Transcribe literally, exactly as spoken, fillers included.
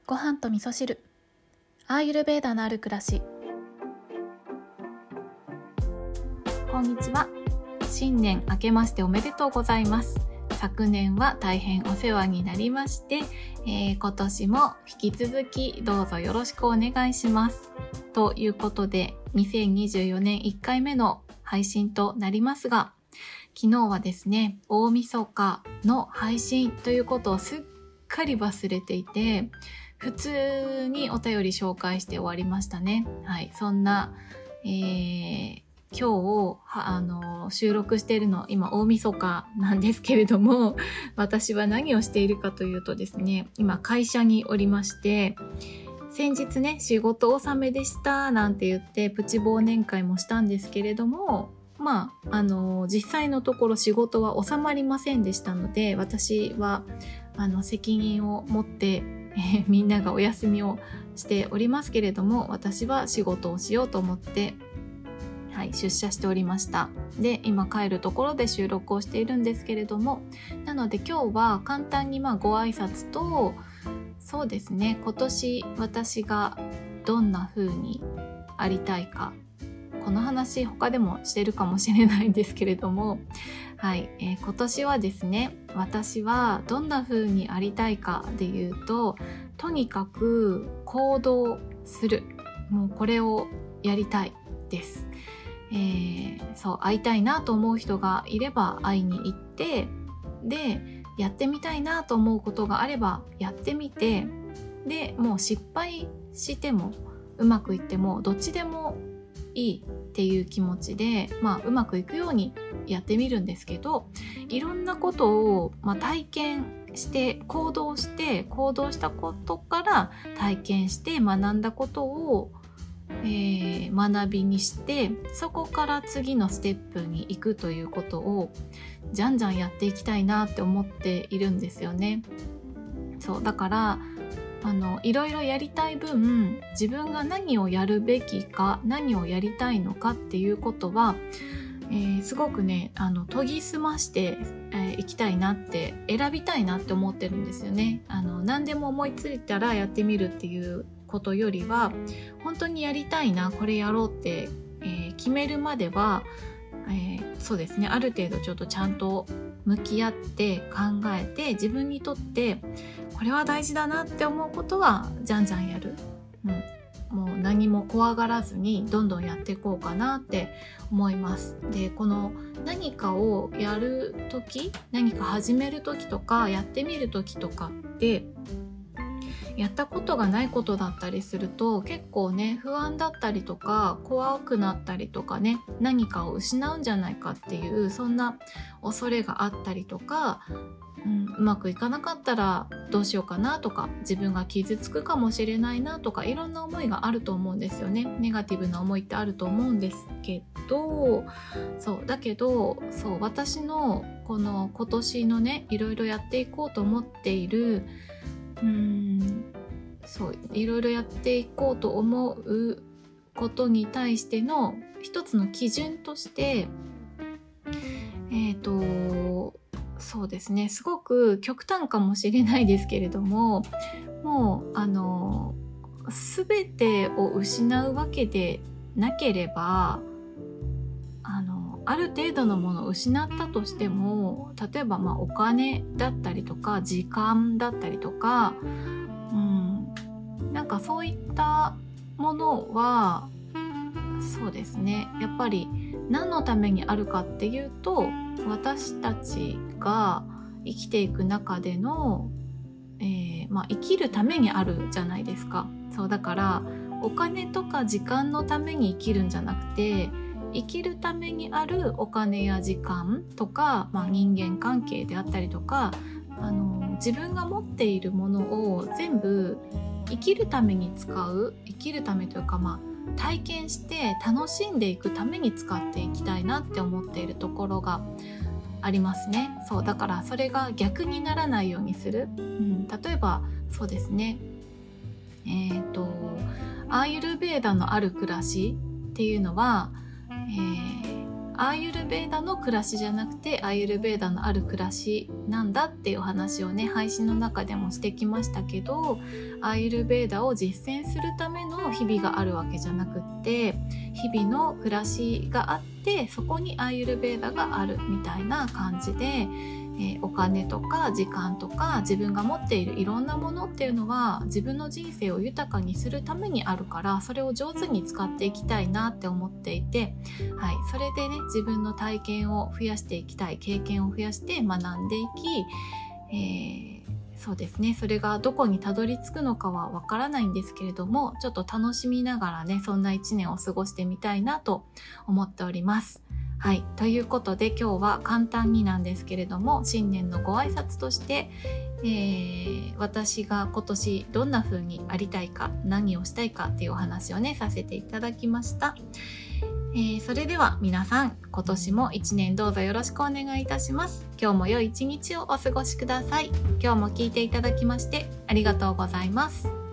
ご飯と味噌汁、アーユルヴェーダのある暮らし。こんにちは。新年明けましておめでとうございます。昨年は大変お世話になりまして、えー、今年も引き続きどうぞよろしくお願いします。ということで、にせんにじゅうよねんいっかいめの配信となりますが、昨日はですね、大晦日の配信ということをすっかり忘れていて、普通にお便り紹介して終わりましたね。はい、そんな、えー、今日あの収録しているの今大晦日なんですけれども、私は何をしているかというとですね、今会社におりまして、先日ね仕事納めでしたなんて言ってプチ忘年会もしたんですけれども、まああの実際のところ仕事は収まりませんでしたので、私はあの責任を持って、えー、みんながお休みをしておりますけれども、私は仕事をしようと思って、はい、出社しておりました。で、今帰るところで収録をしているんですけれども、なので今日は簡単にまあご挨拶と、そうですね、今年私がどんな風にありたいか、この話他でもしてるかもしれないんですけれども、はい、えー、今年はですね、私はどんな風にありたいかでいうと、とにかく行動する、もうこれをやりたいです。えー、そう会いたいなと思う人がいれば会いに行って、でやってみたいなと思うことがあればやってみて、でもう失敗してもうまくいってもどっちでもいいっていう気持ちで、まあ、うまくいくようにやってみるんですけど、いろんなことを、まあ、体験して行動して行動したことから体験して学んだことを、えー、学びにして、そこから次のステップに行くということをじゃんじゃんやっていきたいなって思っているんですよね。そうだからあのいろいろやりたい分、自分が何をやるべきか、何をやりたいのかっていうことは、えー、すごくねあの研ぎ澄ましてい、えー、きたいなって、選びたいなって思ってるんですよね。あの何でも思いついたらやってみるっていうことよりは、本当にやりたいな、これやろうって、えー、決めるまでは、えー、そうですね、ある程度ちょっとちゃんと向き合って考えて、自分にとってこれは大事だなって思うことはじゃんじゃんやる、うん、もう何も怖がらずにどんどんやっていこうかなって思います。で、この何かをやるとき、何か始めるときとかやってみるときとかって、やったことがないことだったりすると結構ね不安だったりとか怖くなったりとかね、何かを失うんじゃないかっていうそんな恐れがあったりとか、うん、うまくいかなかったらどうしようかなとか、自分が傷つくかもしれないなとか、いろんな思いがあると思うんですよね。ネガティブな思いってあると思うんですけど、そうだけどそう私のこの今年のねいろいろやっていこうと思っている、うーんそういろいろやっていこうと思うことに対しての一つの基準として、えっとそうですね、すごく極端かもしれないですけれども、もうあの全てを失うわけでなければ、あのある程度のものを失ったとしても、例えばまあお金だったりとか時間だったりとか、うん、なんかそういったものはそうですね、やっぱり何のためにあるかっていうと、私たちが生きていく中での、えーまあ、生きるためにあるじゃないですか。そうだからお金とか時間のために生きるんじゃなくて、生きるためにあるお金や時間とか、まあ、人間関係であったりとか、あの自分が持っているものを全部生きるために使う、生きるためというか、まあ体験して楽しんでいくために使っていきたいなって思っているところがありますね。そうだからそれが逆にならないようにする、うん、例えばそうですね、えっとアーユルヴェーダのある暮らしっていうのは、えー、 アーユルベーダの暮らしじゃなくて、アーユルベーダのある暮らしなんだっていう話をね、配信の中でもしてきましたけど、アーユルベーダを実践するための日々があるわけじゃなくって、日々の暮らしがあって、そこにアーユルベーダがあるみたいな感じで、えー、お金とか時間とか自分が持っているいろんなものっていうのは自分の人生を豊かにするためにあるから、それを上手に使っていきたいなって思っていて、はい、それでね、自分の体験を増やしていきたい、経験を増やして学んでいき、えーそうですね、それがどこにたどり着くのかはわからないんですけれども、ちょっと楽しみながらね、そんな一年を過ごしてみたいなと思っております。はい、ということで今日は簡単になんですけれども、新年のご挨拶として、えー、私が今年どんな風にありたいか、何をしたいかっていうお話をね、させていただきました。えー、それでは皆さん、今年も一年どうぞよろしくお願いいたします。今日も良い一日をお過ごしください。今日も聞いていただきましてありがとうございます。